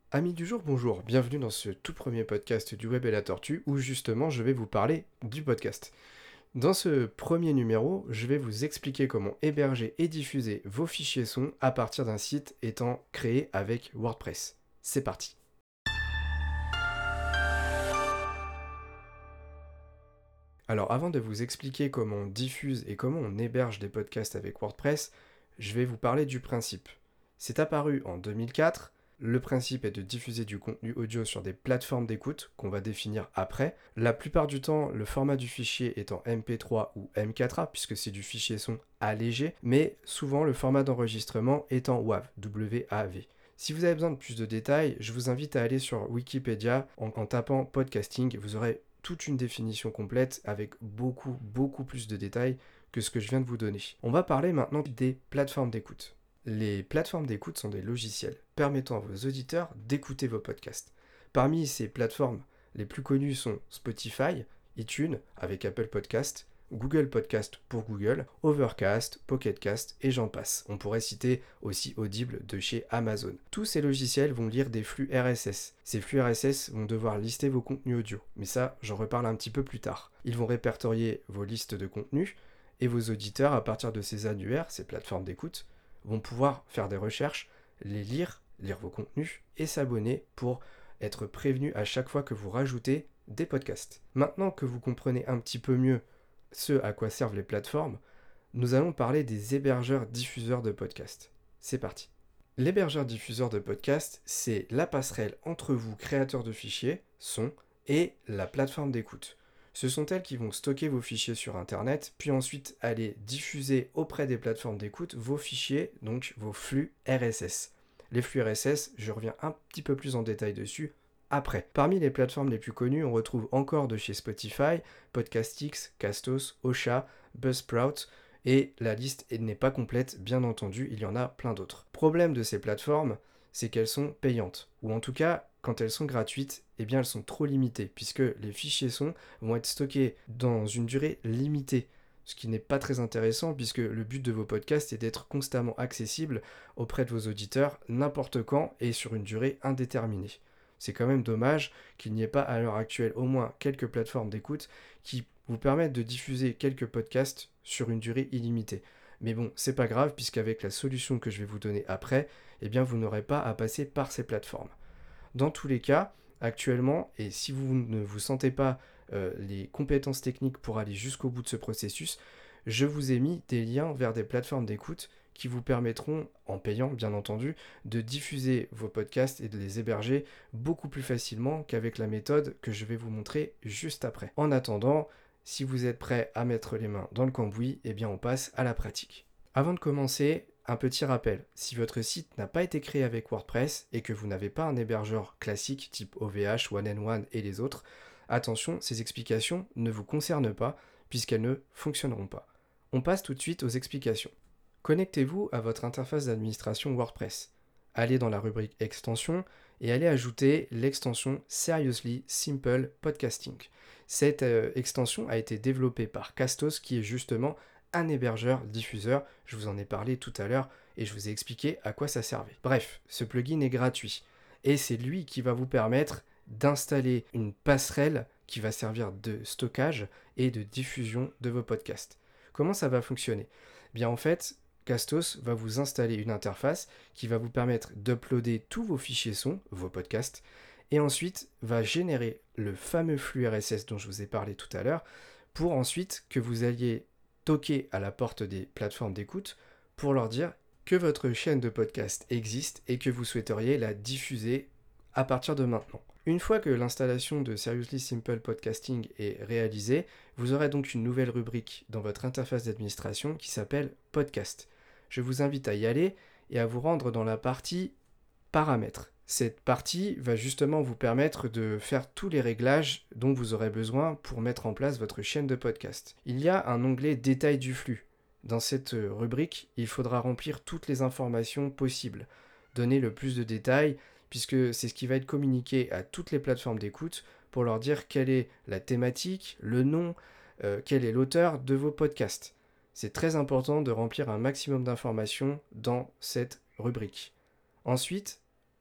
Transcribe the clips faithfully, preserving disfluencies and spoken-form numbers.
Amis du jour, bonjour, bienvenue dans ce tout premier podcast du Web et la Tortue où justement je vais vous parler du podcast. Dans ce premier numéro, je vais vous expliquer comment héberger et diffuser vos fichiers son à partir d'un site étant créé avec WordPress. C'est parti. Alors avant de vous expliquer comment on diffuse et comment on héberge des podcasts avec WordPress, je vais vous parler du principe. C'est apparu en deux mille quatre. Le principe est de diffuser du contenu audio sur des plateformes d'écoute qu'on va définir après. La plupart du temps, le format du fichier est en M P trois ou M quatre A puisque c'est du fichier son allégé, mais souvent le format d'enregistrement est en WAV, W A V. Si vous avez besoin de plus de détails, je vous invite à aller sur Wikipédia en, en tapant podcasting. Vous aurez toute une définition complète avec beaucoup, beaucoup plus de détails que ce que je viens de vous donner. On va parler maintenant des plateformes d'écoute. Les plateformes d'écoute sont des logiciels permettant à vos auditeurs d'écouter vos podcasts. Parmi ces plateformes, les plus connues sont Spotify, iTunes avec Apple Podcast, Google Podcast pour Google, Overcast, Pocket Cast et j'en passe. On pourrait citer aussi Audible de chez Amazon. Tous ces logiciels vont lire des flux R S S. Ces flux R S S vont devoir lister vos contenus audio, mais ça, j'en reparle un petit peu plus tard. Ils vont répertorier vos listes de contenus et vos auditeurs, à partir de ces annuaires, ces plateformes d'écoute, vont pouvoir faire des recherches, les lire, lire vos contenus et s'abonner pour être prévenus à chaque fois que vous rajoutez des podcasts. Maintenant que vous comprenez un petit peu mieux ce à quoi servent les plateformes, nous allons parler des hébergeurs diffuseurs de podcasts. C'est parti. L'hébergeur diffuseur de podcasts, c'est la passerelle entre vous, créateurs de fichiers, son, et la plateforme d'écoute. Ce sont elles qui vont stocker vos fichiers sur Internet, puis ensuite aller diffuser auprès des plateformes d'écoute vos fichiers, donc vos flux R S S. Les flux R S S, je reviens un petit peu plus en détail dessus après. Parmi les plateformes les plus connues, on retrouve encore de chez Spotify, Podcastix, Castos, Ocha, Buzzsprout, et la liste n'est pas complète, bien entendu, il y en a plein d'autres. Problème de ces plateformes, c'est qu'elles sont payantes, ou en tout cas, quand elles sont gratuites, eh bien elles sont trop limitées, puisque les fichiers son vont être stockés dans une durée limitée, ce qui n'est pas très intéressant, puisque le but de vos podcasts est d'être constamment accessible auprès de vos auditeurs, n'importe quand et sur une durée indéterminée. C'est quand même dommage qu'il n'y ait pas à l'heure actuelle au moins quelques plateformes d'écoute qui vous permettent de diffuser quelques podcasts sur une durée illimitée. Mais bon, c'est pas grave puisqu'avec la solution que je vais vous donner après, eh bien vous n'aurez pas à passer par ces plateformes. Dans tous les cas, actuellement, et si vous ne vous sentez pas euh, les compétences techniques pour aller jusqu'au bout de ce processus, je vous ai mis des liens vers des plateformes d'écoute qui vous permettront, en payant bien entendu, de diffuser vos podcasts et de les héberger beaucoup plus facilement qu'avec la méthode que je vais vous montrer juste après. En attendant, si vous êtes prêt à mettre les mains dans le cambouis, eh bien on passe à la pratique. Avant de commencer, un petit rappel, si votre site n'a pas été créé avec WordPress et que vous n'avez pas un hébergeur classique type O V H, one and one et les autres, attention, ces explications ne vous concernent pas puisqu'elles ne fonctionneront pas. On passe tout de suite aux explications. Connectez-vous à votre interface d'administration WordPress. Allez dans la rubrique Extensions et allez ajouter l'extension Seriously Simple Podcasting. Cette euh, extension a été développée par Castos qui est justement un hébergeur diffuseur. Je vous en ai parlé tout à l'heure et je vous ai expliqué à quoi ça servait. Bref, ce plugin est gratuit et c'est lui qui va vous permettre d'installer une passerelle qui va servir de stockage et de diffusion de vos podcasts. Comment ça va fonctionner ? Bien en fait, Castos va vous installer une interface qui va vous permettre d'uploader tous vos fichiers son, vos podcasts, et ensuite va générer le fameux flux R S S dont je vous ai parlé tout à l'heure, pour ensuite que vous alliez toquer à la porte des plateformes d'écoute pour leur dire que votre chaîne de podcast existe et que vous souhaiteriez la diffuser à partir de maintenant. Une fois que l'installation de Seriously Simple Podcasting est réalisée, vous aurez donc une nouvelle rubrique dans votre interface d'administration qui s'appelle Podcast. Je vous invite à y aller et à vous rendre dans la partie Paramètres. Cette partie va justement vous permettre de faire tous les réglages dont vous aurez besoin pour mettre en place votre chaîne de podcast. Il y a un onglet Détail du flux. Dans cette rubrique, il faudra remplir toutes les informations possibles, donner le plus de détails, puisque c'est ce qui va être communiqué à toutes les plateformes d'écoute pour leur dire quelle est la thématique, le nom, euh, quel est l'auteur de vos podcasts. C'est très important de remplir un maximum d'informations dans cette rubrique. Ensuite,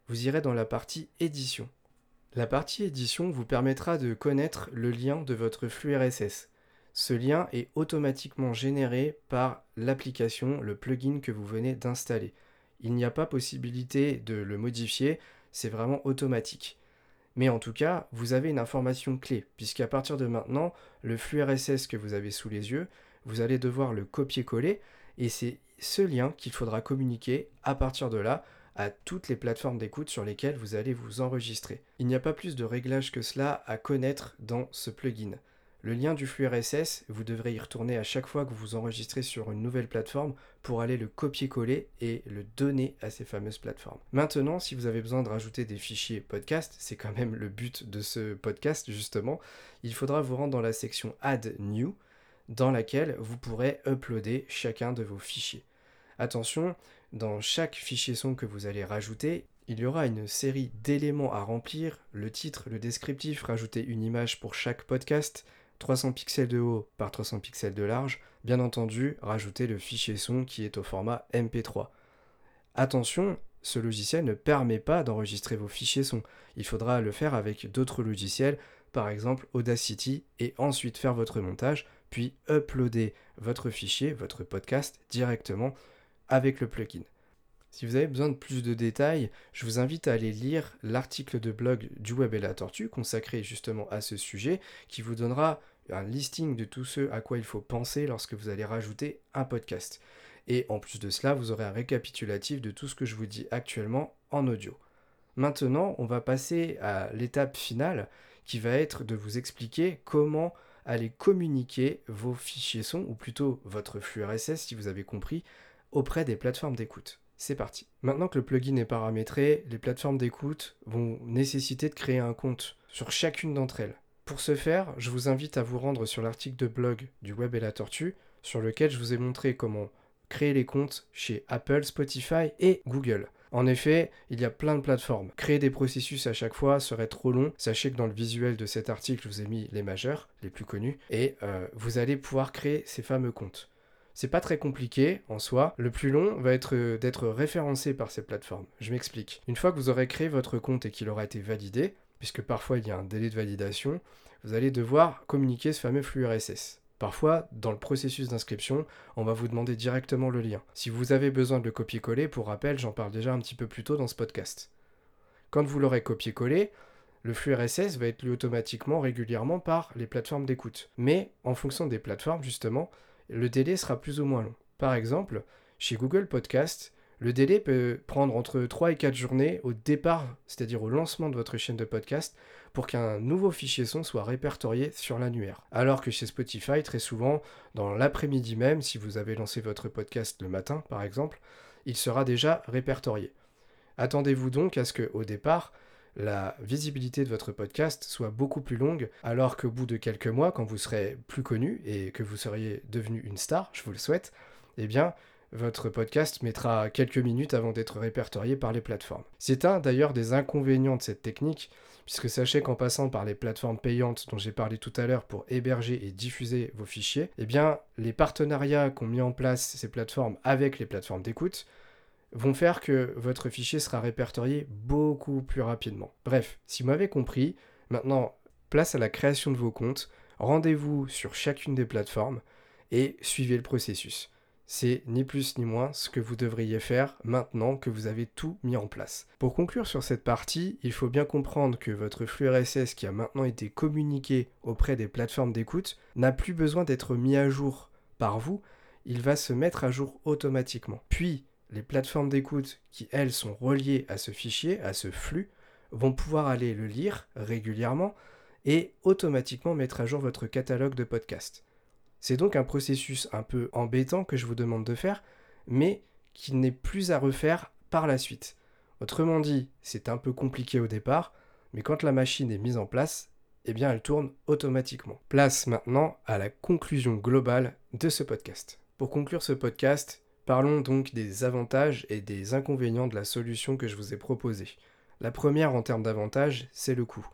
vous irez dans la partie édition. La partie édition vous permettra de connaître le lien de votre flux R S S. Ce lien est automatiquement généré par l'application, le plugin que vous venez d'installer. Il n'y a pas possibilité de le modifier, c'est vraiment automatique. Mais en tout cas, vous avez une information clé, puisqu'à partir de maintenant, le flux R S S que vous avez sous les yeux, vous allez devoir le copier-coller, et c'est ce lien qu'il faudra communiquer à partir de là à toutes les plateformes d'écoute sur lesquelles vous allez vous enregistrer. Il n'y a pas plus de réglages que cela à connaître dans ce plugin. Le lien du flux R S S, vous devrez y retourner à chaque fois que vous vous enregistrez sur une nouvelle plateforme pour aller le copier-coller et le donner à ces fameuses plateformes. Maintenant, si vous avez besoin de rajouter des fichiers podcast, c'est quand même le but de ce podcast justement, il faudra vous rendre dans la section Add New, dans laquelle vous pourrez uploader chacun de vos fichiers. Attention, dans chaque fichier son que vous allez rajouter, il y aura une série d'éléments à remplir, le titre, le descriptif, rajouter une image pour chaque podcast, trois cents pixels de haut par trois cents pixels de large, bien entendu, rajouter le fichier son qui est au format M P trois. Attention, ce logiciel ne permet pas d'enregistrer vos fichiers son. Il faudra le faire avec d'autres logiciels, par exemple Audacity, et ensuite faire votre montage, puis uploader votre fichier, votre podcast, directement avec le plugin. Si vous avez besoin de plus de détails, je vous invite à aller lire l'article de blog du Web et la Tortue consacré justement à ce sujet qui vous donnera un listing de tout ce à quoi il faut penser lorsque vous allez rajouter un podcast. Et en plus de cela, vous aurez un récapitulatif de tout ce que je vous dis actuellement en audio. Maintenant, on va passer à l'étape finale qui va être de vous expliquer comment aller communiquer vos fichiers son, ou plutôt votre flux R S S si vous avez compris, auprès des plateformes d'écoute. C'est parti. Maintenant que le plugin est paramétré, les plateformes d'écoute vont nécessiter de créer un compte sur chacune d'entre elles. Pour ce faire, je vous invite à vous rendre sur l'article de blog du Web et la Tortue, sur lequel je vous ai montré comment créer les comptes chez Apple, Spotify et Google. En effet, il y a plein de plateformes. Créer des processus à chaque fois serait trop long. Sachez que dans le visuel de cet article, je vous ai mis les majeurs, les plus connus, et euh, vous allez pouvoir créer ces fameux comptes. C'est pas très compliqué en soi. Le plus long va être d'être référencé par ces plateformes. Je m'explique. Une fois que vous aurez créé votre compte et qu'il aura été validé, puisque parfois il y a un délai de validation, vous allez devoir communiquer ce fameux flux R S S. Parfois, dans le processus d'inscription, on va vous demander directement le lien. Si vous avez besoin de le copier-coller, pour rappel, j'en parle déjà un petit peu plus tôt dans ce podcast. Quand vous l'aurez copié-collé, le flux R S S va être lu automatiquement régulièrement par les plateformes d'écoute. Mais en fonction des plateformes, justement, le délai sera plus ou moins long. Par exemple, chez Google Podcast, le délai peut prendre entre trois et quatre journées au départ, c'est-à-dire au lancement de votre chaîne de podcast, pour qu'un nouveau fichier son soit répertorié sur l'annuaire. Alors que chez Spotify, très souvent, dans l'après-midi même, si vous avez lancé votre podcast le matin, par exemple, il sera déjà répertorié. Attendez-vous donc à ce qu'au départ, la visibilité de votre podcast soit beaucoup plus longue, alors qu'au bout de quelques mois, quand vous serez plus connu et que vous seriez devenu une star, je vous le souhaite, eh bien, votre podcast mettra quelques minutes avant d'être répertorié par les plateformes. C'est un d'ailleurs des inconvénients de cette technique, puisque sachez qu'en passant par les plateformes payantes dont j'ai parlé tout à l'heure pour héberger et diffuser vos fichiers, eh bien, les partenariats qu'ont mis en place ces plateformes avec les plateformes d'écoute vont faire que votre fichier sera répertorié beaucoup plus rapidement. Bref, si vous m'avez compris, maintenant, place à la création de vos comptes, rendez-vous sur chacune des plateformes et suivez le processus. C'est ni plus ni moins ce que vous devriez faire maintenant que vous avez tout mis en place. Pour conclure sur cette partie, il faut bien comprendre que votre flux R S S qui a maintenant été communiqué auprès des plateformes d'écoute n'a plus besoin d'être mis à jour par vous, il va se mettre à jour automatiquement. Puis, les plateformes d'écoute qui, elles, sont reliées à ce fichier, à ce flux, vont pouvoir aller le lire régulièrement et automatiquement mettre à jour votre catalogue de podcasts. C'est donc un processus un peu embêtant que je vous demande de faire, mais qui n'est plus à refaire par la suite. Autrement dit, c'est un peu compliqué au départ, mais quand la machine est mise en place, eh bien elle tourne automatiquement. Place maintenant à la conclusion globale de ce podcast. Pour conclure ce podcast, parlons donc des avantages et des inconvénients de la solution que je vous ai proposée. La première en termes d'avantages, c'est le coût.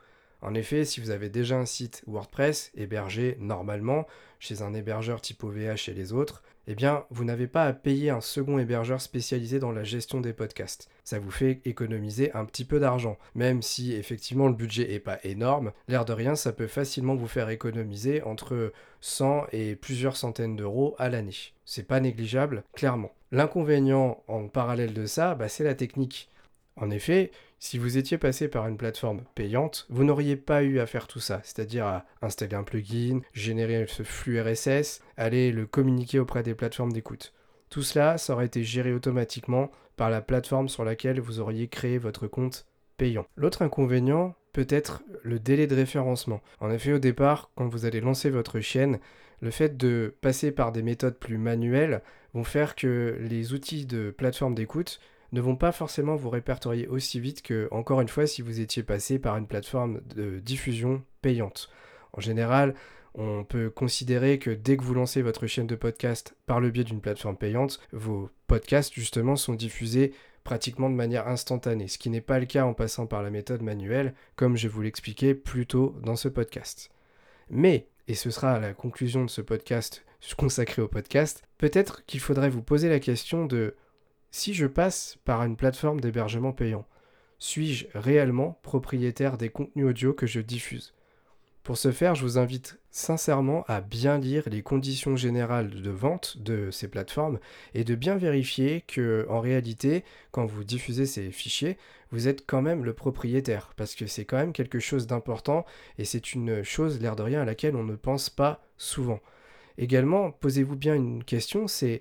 En effet, si vous avez déjà un site WordPress hébergé normalement chez un hébergeur type O V H et les autres, eh bien, vous n'avez pas à payer un second hébergeur spécialisé dans la gestion des podcasts. Ça vous fait économiser un petit peu d'argent. Même si effectivement le budget n'est pas énorme, l'air de rien, ça peut facilement vous faire économiser entre cent et plusieurs centaines d'euros à l'année. C'est pas négligeable, clairement. L'inconvénient en parallèle de ça, bah, c'est la technique. En effet, si vous étiez passé par une plateforme payante, vous n'auriez pas eu à faire tout ça, c'est-à-dire à installer un plugin, générer ce flux R S S, aller le communiquer auprès des plateformes d'écoute. Tout cela, ça aurait été géré automatiquement par la plateforme sur laquelle vous auriez créé votre compte payant. L'autre inconvénient peut être le délai de référencement. En effet, au départ, quand vous allez lancer votre chaîne, le fait de passer par des méthodes plus manuelles vont faire que les outils de plateforme d'écoute ne vont pas forcément vous répertorier aussi vite que, encore une fois, si vous étiez passé par une plateforme de diffusion payante. En général, on peut considérer que dès que vous lancez votre chaîne de podcast par le biais d'une plateforme payante, vos podcasts justement sont diffusés pratiquement de manière instantanée, ce qui n'est pas le cas en passant par la méthode manuelle, comme je vous l'expliquais plus tôt dans ce podcast. Mais, et ce sera la conclusion de ce podcast consacré au podcast, peut-être qu'il faudrait vous poser la question de: si je passe par une plateforme d'hébergement payant, suis-je réellement propriétaire des contenus audio que je diffuse ? Pour ce faire, je vous invite sincèrement à bien lire les conditions générales de vente de ces plateformes et de bien vérifier que, en réalité, quand vous diffusez ces fichiers, vous êtes quand même le propriétaire, parce que c'est quand même quelque chose d'important et c'est une chose, l'air de rien, à laquelle on ne pense pas souvent. Également, posez-vous bien une question, c'est: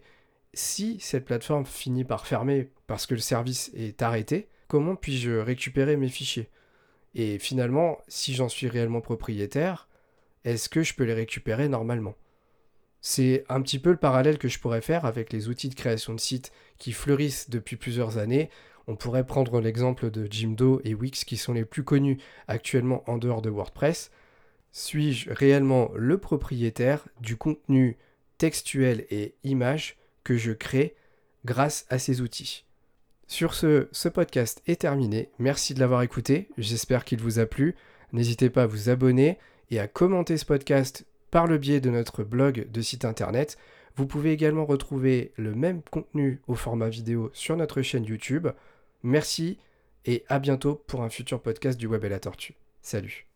si cette plateforme finit par fermer parce que le service est arrêté, comment puis-je récupérer mes fichiers ? Et finalement, si j'en suis réellement propriétaire, est-ce que je peux les récupérer normalement ? C'est un petit peu le parallèle que je pourrais faire avec les outils de création de sites qui fleurissent depuis plusieurs années. On pourrait prendre l'exemple de Jimdo et Wix qui sont les plus connus actuellement en dehors de WordPress. Suis-je réellement le propriétaire du contenu textuel et images que je crée grâce à ces outils ? Sur ce, ce podcast est terminé. Merci de l'avoir écouté. J'espère qu'il vous a plu. N'hésitez pas à vous abonner et à commenter ce podcast par le biais de notre blog de site internet. Vous pouvez également retrouver le même contenu au format vidéo sur notre chaîne YouTube. Merci et à bientôt pour un futur podcast du Web et la Tortue. Salut.